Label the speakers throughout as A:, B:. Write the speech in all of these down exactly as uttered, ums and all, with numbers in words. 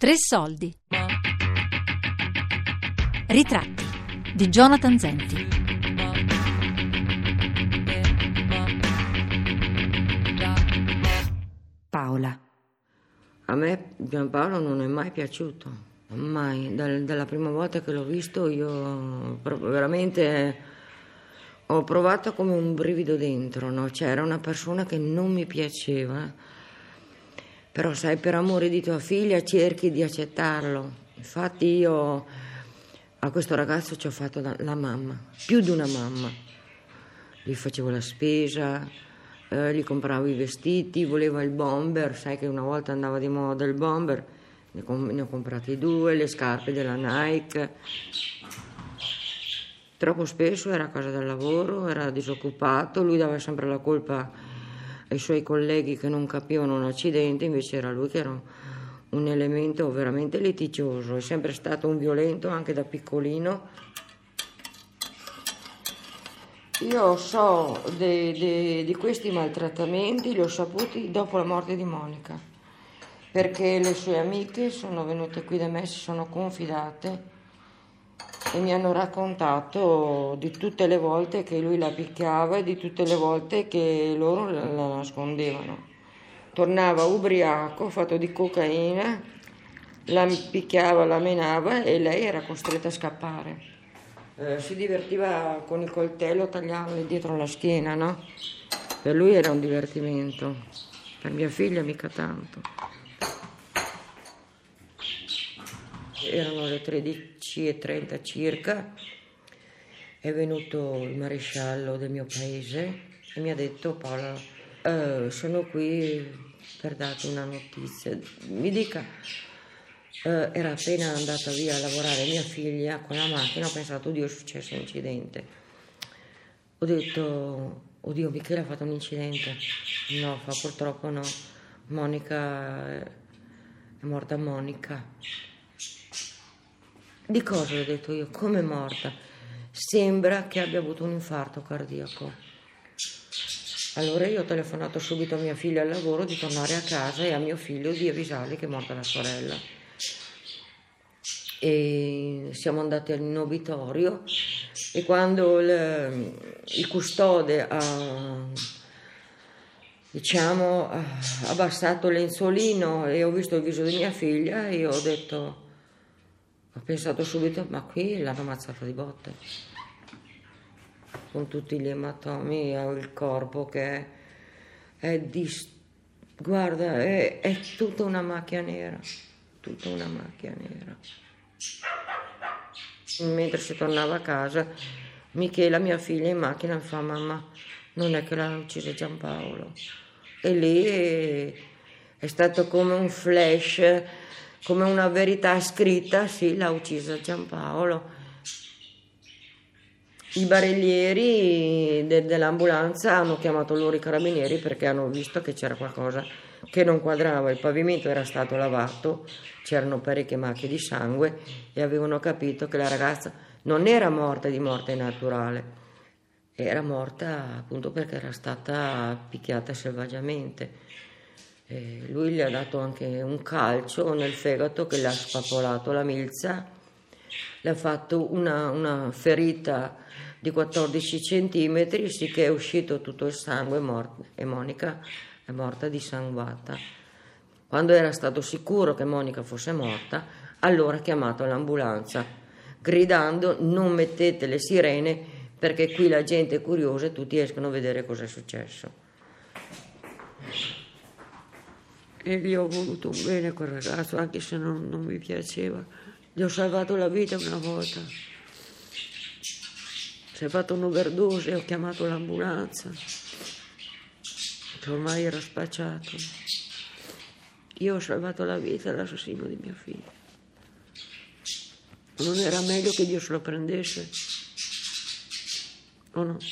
A: Tre soldi. Ritratti di Jonathan Zenti. Paola.
B: A me Giampaolo non è mai piaciuto, mai. Dal, dalla prima volta che l'ho visto io veramente ho provato come un brivido dentro, no? Cioè era una persona che non mi piaceva, però sai, per amore di tua figlia cerchi di accettarlo. Infatti io a questo ragazzo ci ho fatto la, la mamma, più di una mamma. Gli facevo la spesa, eh, gli compravo i vestiti, voleva il bomber, sai che una volta andava di moda il bomber, ne, com- ne ho comprati due, le scarpe della Nike. Troppo spesso era a casa dal lavoro, era disoccupato, lui dava sempre la colpa ai suoi colleghi che non capivano un accidente, invece era lui che era un elemento veramente litigioso, è sempre stato un violento anche da piccolino. Io so de, de, di questi maltrattamenti, li ho saputi dopo la morte di Monica, perché le sue amiche sono venute qui da me, si sono confidate e mi hanno raccontato di tutte le volte che lui la picchiava e di tutte le volte che loro la, la nascondevano. Tornava ubriaco, fatto di cocaina, la picchiava, la menava e lei era costretta a scappare. Eh, si divertiva con il coltello a tagliarle dietro la schiena, no? Per lui era un divertimento, per mia figlia mica tanto. Erano le tredici e trenta circa, è venuto il maresciallo del mio paese e mi ha detto: Paola, eh, sono qui per darti una notizia. Mi dica, eh, era appena andata via a lavorare mia figlia con la macchina, ho pensato: oddio, è successo un incidente. Ho detto: oddio, Michele ha fatto un incidente. No, fa purtroppo no, Monica è morta. Monica. Di cosa? Ho detto io, come è morta? Sembra che abbia avuto un infarto cardiaco. Allora io ho telefonato subito a mia figlia al lavoro di tornare a casa e a mio figlio di avvisargli che è morta la sorella. E siamo andati in obitorio e quando il, il custode ha, diciamo, ha abbassato il lenzuolino e ho visto il viso di mia figlia, io ho detto... Ho pensato subito, ma qui l'hanno ammazzata di botte, con tutti gli ematomi al corpo che è, è di... Guarda, è, è tutta una macchia nera, tutta una macchia nera. Mentre si tornava a casa, Michela, mia figlia, in macchina mi fa: mamma, non è che l'ha uccisa Giampaolo. E lì è, è stato come un flash, come una verità scritta: sì, l'ha uccisa Giampaolo. I barellieri de- dell'ambulanza hanno chiamato loro i carabinieri perché hanno visto che c'era qualcosa che non quadrava. Il pavimento era stato lavato, c'erano parecchie macchie di sangue e avevano capito che la ragazza non era morta di morte naturale, era morta appunto perché era stata picchiata selvaggiamente. E lui gli ha dato anche un calcio nel fegato che le ha spapolato la milza, le ha fatto una, una ferita di quattordici centimetri, sì che è uscito tutto il sangue morto, e Monica è morta dissanguata. Quando era stato sicuro che Monica fosse morta, allora ha chiamato l'ambulanza, gridando: non mettete le sirene perché qui la gente è curiosa e tutti escono a vedere cosa è successo. E gli ho voluto bene a quel ragazzo, anche se non, non mi piaceva. Gli ho salvato la vita una volta. Si è fatto un'overdose e ho chiamato l'ambulanza, che ormai era spacciato. Io ho salvato la vita all'assassino di mia figlia. Non era meglio che Dio se lo prendesse? O no?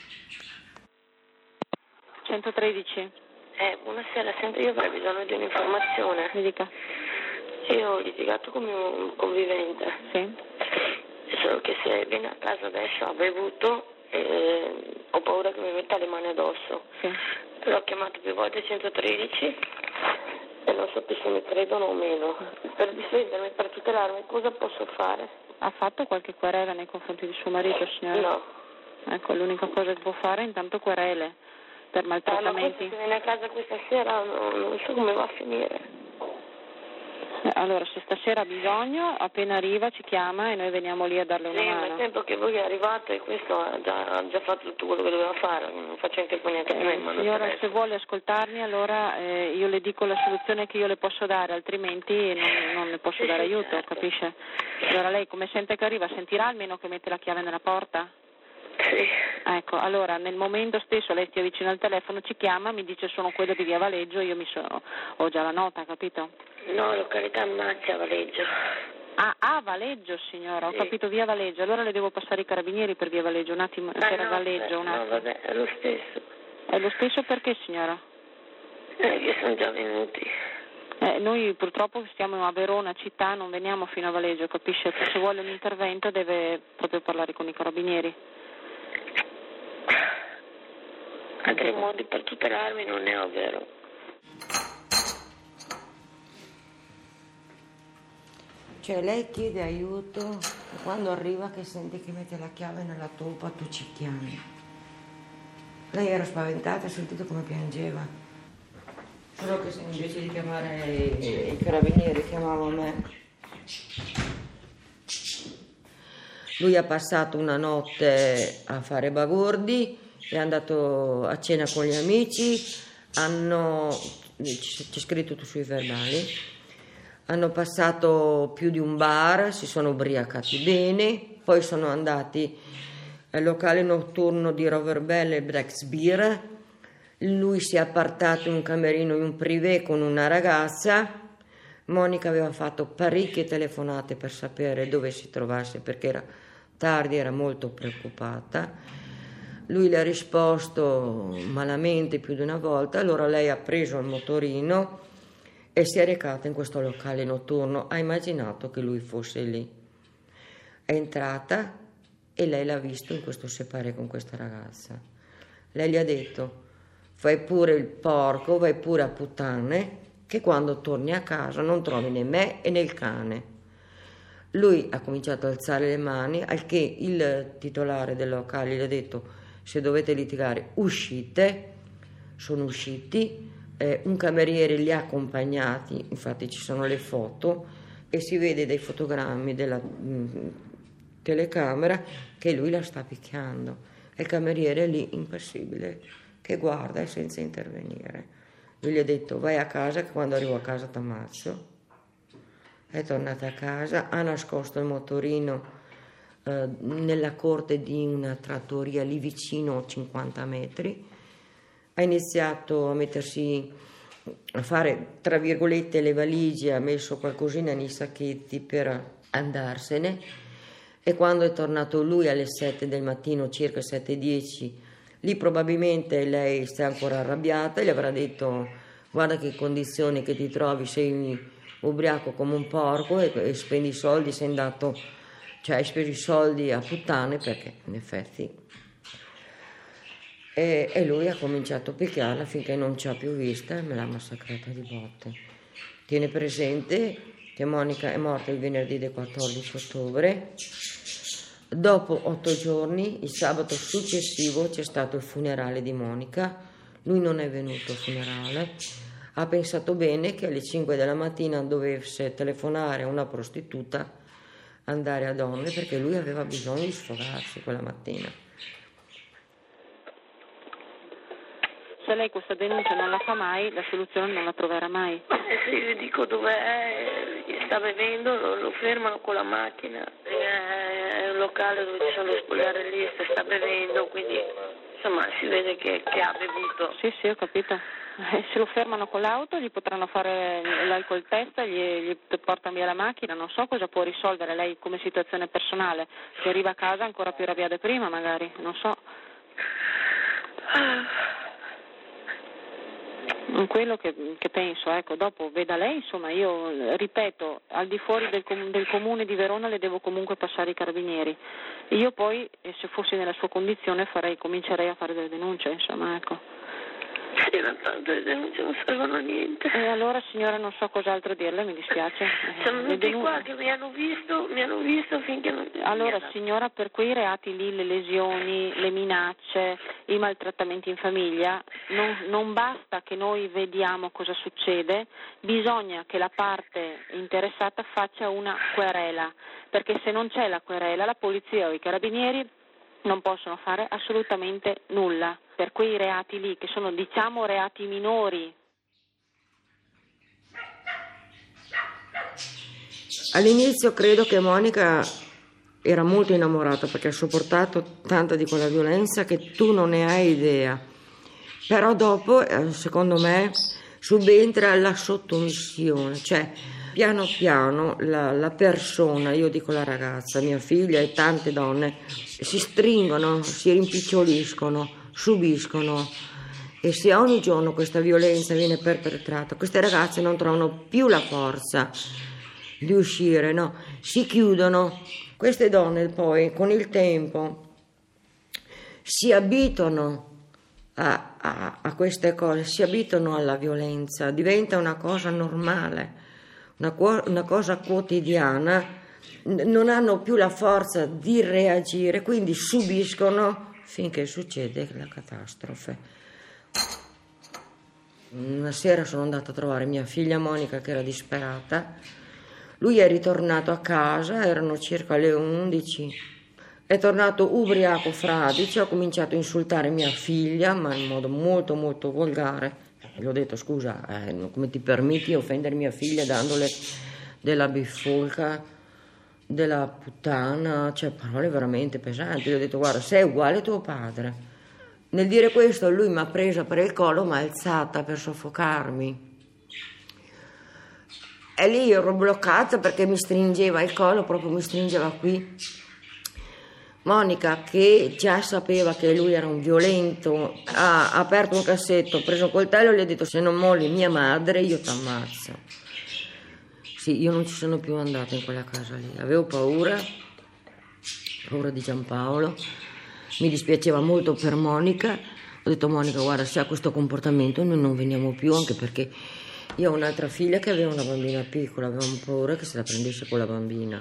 C: centotredici.
D: Eh, buonasera, senti, io avrei bisogno di un'informazione.
C: Mi dica.
D: Io ho litigato con mio convivente.
C: Sì.
D: Solo che se viene a casa adesso ha bevuto e ho paura che mi metta le mani addosso.
C: Sì.
D: L'ho chiamato più volte centotredici e non so più se mi credono o meno. Per difendermi, per tutelarmi, cosa posso fare?
C: Ha fatto qualche querela nei confronti di suo marito, signora?
D: No.
C: Ecco, l'unica cosa che può fare è intanto querele per
D: Ah, ma questo
C: maltrattamenti.
D: che viene a casa questa sera non, non so come va a finire.
C: Eh, Allora, se stasera ha bisogno, appena arriva ci chiama e noi veniamo lì a darle una
D: Sì, ma
C: mano.
D: il tempo che voi è arrivato e questo ha già, ha già fatto tutto quello che doveva fare, non faccio anche poi niente più in
C: Eh,
D: mano.
C: signora, se vuole ascoltarmi, allora eh, io le dico la soluzione che io le posso dare, altrimenti non, non le posso
D: Sì,
C: dare
D: sì,
C: aiuto,
D: certo.
C: capisce? Allora lei come sente che arriva, sentirà almeno che mette la chiave nella porta?
D: Sì.
C: Ecco, allora nel momento stesso lei stia vicino al telefono, ci chiama, mi dice sono quello di via Valeggio, io mi sono, ho già la nota, capito?
D: No, località Macchia, Valeggio.
C: Ah, ah, Valeggio signora, ho
D: Sì.
C: capito via Valeggio, allora le devo passare i carabinieri per via Valeggio, un attimo,
D: Ah,
C: per
D: no,
C: Valeggio, un
D: no,
C: attimo.
D: vabbè, è lo stesso.
C: È lo stesso perché signora?
D: Eh, che sono già venuti.
C: Eh, noi purtroppo stiamo a Verona città, non veniamo fino a Valeggio, capisce? Se vuole un intervento deve proprio parlare con i carabinieri.
D: Altri modi per tutelarmi non ne ho, vero?
B: Cioè lei chiede aiuto e quando arriva che sente che mette la chiave nella toppa tu ci chiami. Lei era spaventata, ha sentito come piangeva. Solo che se invece di chiamare i, i carabinieri chiamava me. Lui ha passato una notte a fare bagordi, è andato a cena con gli amici, hanno, c'è scritto tu sui verbali, hanno passato più di un bar, si sono ubriacati bene, poi sono andati al locale notturno di Roverbell e Black's Beer, lui si è appartato in un camerino in un privé con una ragazza. Monica aveva fatto parecchie telefonate per sapere dove si trovasse perché era tardi, era molto preoccupata. Lui le ha risposto malamente più di una volta, allora lei ha preso il motorino e si è recata in questo locale notturno, ha immaginato che lui fosse lì. È entrata e lei l'ha visto in questo separé con questa ragazza. Lei gli ha detto: fai pure il porco, vai pure a puttane, che quando torni a casa non trovi né me né il cane. Lui ha cominciato ad alzare le mani, al che il titolare del locale gli ha detto: se dovete litigare uscite. Sono usciti, eh, un cameriere li ha accompagnati, infatti ci sono le foto e si vede dai fotogrammi della mh, telecamera che lui la sta picchiando e il cameriere è lì impassibile che guarda e senza intervenire. Lui gli ha detto: vai a casa che quando arrivo a casa t'ammazzo. È tornata a casa, ha nascosto il motorino eh, nella corte di una trattoria lì vicino, cinquanta metri, ha iniziato a mettersi, a fare tra virgolette le valigie, ha messo qualcosina nei sacchetti per andarsene e quando è tornato lui alle sette del mattino, circa sette e dieci, lì probabilmente lei sta ancora arrabbiata, gli avrà detto: guarda che condizioni che ti trovi, sei ubriaco come un porco e, e spendi i soldi, sei andato, cioè hai speso i soldi a puttane, perché in effetti. E, e lui ha cominciato a picchiarla finché non ci ha più vista e me l'ha massacrata di botte. Tiene presente che Monica è morta il venerdì del quattordici ottobre. Dopo otto giorni, il sabato successivo, c'è stato il funerale di Monica. Lui non è venuto al funerale, ha pensato bene che alle cinque della mattina dovesse telefonare a una prostituta, andare a Donne, perché lui aveva bisogno di sfogarsi quella mattina.
C: Se lei questa denuncia non la fa mai, la soluzione non la troverà mai.
D: Eh, se io dico dov'è, sta bevendo, lo, lo fermano con la macchina, è un locale dove ci sono le spogliarelliste, sta bevendo, quindi insomma si vede che, che ha bevuto.
C: Sì, sì, ho capito. Eh, se lo fermano con l'auto gli potranno fare l'alcol test, gli, gli portano via la macchina, non so cosa può risolvere lei come situazione personale. Se arriva a casa ancora più arrabbiata di prima magari, non so. Quello che, che penso, ecco, dopo veda lei, insomma, io ripeto, al di fuori del, com- del comune di Verona le devo comunque passare i carabinieri. Io poi, se fossi nella sua condizione, farei, comincerei a fare delle denunce, insomma, ecco.
D: C'erano tante denunce, non servono a niente.
C: E allora signora non so cos'altro dirle, mi dispiace.
D: Sono
C: Le
D: venuti
C: denun-
D: qua che mi hanno visto, mi hanno visto finché non...
C: Allora signora, per quei reati lì, le lesioni, le minacce, i maltrattamenti in famiglia, non, non basta che noi vediamo cosa succede, bisogna che la parte interessata faccia una querela, perché se non c'è la querela la polizia o i carabinieri non possono fare assolutamente nulla per quei reati lì, che sono diciamo reati minori.
B: All'inizio credo che Monica era molto innamorata perché ha sopportato tanta di quella violenza che tu non ne hai idea. Però dopo, secondo me, subentra la sottomissione, cioè piano piano la, la persona, io dico la ragazza, mia figlia e tante donne, si stringono, si rimpiccioliscono, subiscono, e se ogni giorno questa violenza viene perpetrata, queste ragazze non trovano più la forza di uscire, no? Si chiudono. Queste donne poi con il tempo si abituano a, a, a queste cose, si abituano alla violenza, diventa una cosa normale, una, una cosa quotidiana, non hanno più la forza di reagire, quindi subiscono finché succede la catastrofe. Una sera sono andata a trovare mia figlia Monica che era disperata. Lui è ritornato a casa, erano circa le undici, è tornato ubriaco fradicio, ha cominciato a insultare mia figlia, ma in modo molto molto volgare. Gli ho detto scusa, eh, come ti permetti di offendere mia figlia dandole della bifolca, della puttana, cioè parole veramente pesanti. Gli ho detto guarda, sei uguale a tuo padre. Nel dire questo lui mi ha presa per il collo, mi ha alzata per soffocarmi. E lì ero bloccata perché mi stringeva il collo, proprio mi stringeva qui. Monica, che già sapeva che lui era un violento, ha aperto un cassetto, ha preso un coltello e gli ha detto se non molli mia madre io ti ammazzo. Sì, io non ci sono più andata in quella casa lì, avevo paura, paura di Giampaolo, mi dispiaceva molto per Monica. Ho detto Monica guarda, se ha questo comportamento noi non veniamo più, anche perché io ho un'altra figlia che aveva una bambina piccola, avevamo paura che se la prendesse con la bambina.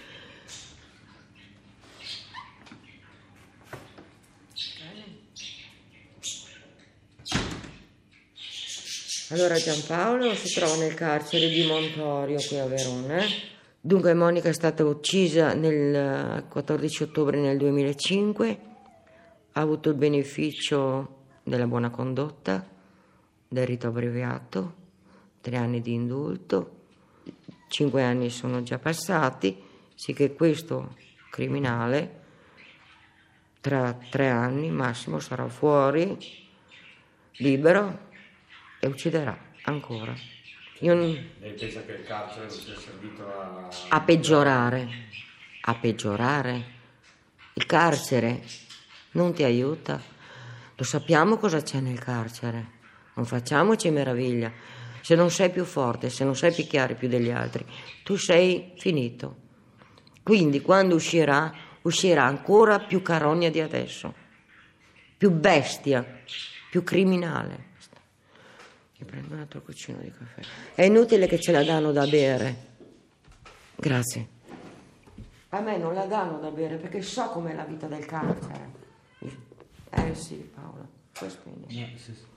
B: Allora Giampaolo si trova nel carcere di Montorio qui a Verona. Dunque Monica è stata uccisa nel quattordici ottobre nel duemilacinque, ha avuto il beneficio della buona condotta, del rito abbreviato, tre anni di indulto, cinque anni sono già passati, sì che questo criminale tra tre anni massimo sarà fuori, libero, e ucciderà ancora. Io non...
E: Lei pensa che il carcere non sia servito a...
B: a peggiorare, a peggiorare. Il carcere non ti aiuta. Lo sappiamo cosa c'è nel carcere, non facciamoci meraviglia. Se non sei più forte, se non sai picchiare più degli altri, tu sei finito. Quindi quando uscirà, uscirà ancora più carogna di adesso, più bestia, più criminale. Mi prendo un altro goccino di caffè. È inutile che ce la danno da bere. Grazie. A me non la danno da bere perché so com'è la vita del carcere. Eh sì, Paola, puoi spegnere.
E: No, sì, sì.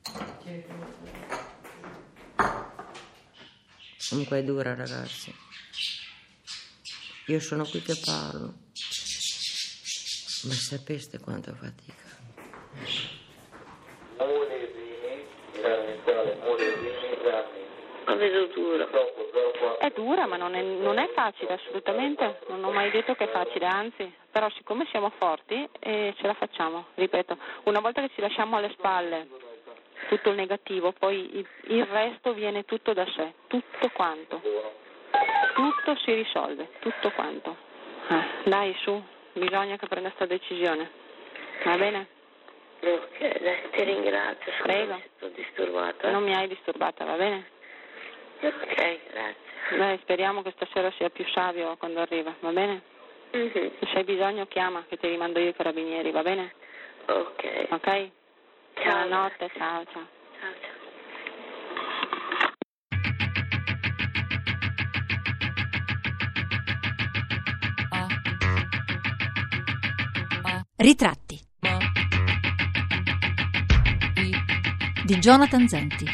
B: Comunque è dura, ragazzi. Io sono qui che parlo, ma sapeste quanta fatica.
D: La vedo dura.
C: È dura, ma non è, non è facile assolutamente, non ho mai detto che è facile, anzi, però siccome siamo forti eh, ce la facciamo, ripeto, una volta che ci lasciamo alle spalle tutto il negativo, poi il, il resto viene tutto da sé, tutto quanto, tutto si risolve, tutto quanto. Ah, dai, su, bisogna che prenda questa decisione, va bene?
D: Ok, dai, ti ringrazio.
C: Prego.
D: Sto disturbata.
C: Non mi hai disturbata, va bene?
D: Ok, grazie.
C: Dai, speriamo che stasera sia più savio quando arriva, va bene?
D: Mm-hmm.
C: Se hai bisogno chiama, che ti rimando io i carabinieri, va bene?
D: Ok.
C: Ok?
D: Ciao.
C: Buonanotte, ciao ciao.
D: Ciao, ciao.
A: Ritratti di Jonathan Zenti.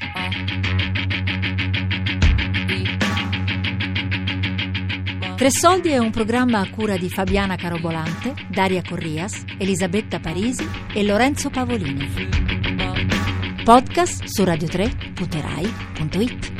A: Tre Soldi è un programma a cura di Fabiana Carobolante, Daria Corrias, Elisabetta Parisi e Lorenzo Pavolini. Podcast su radio tre punto rai punto it.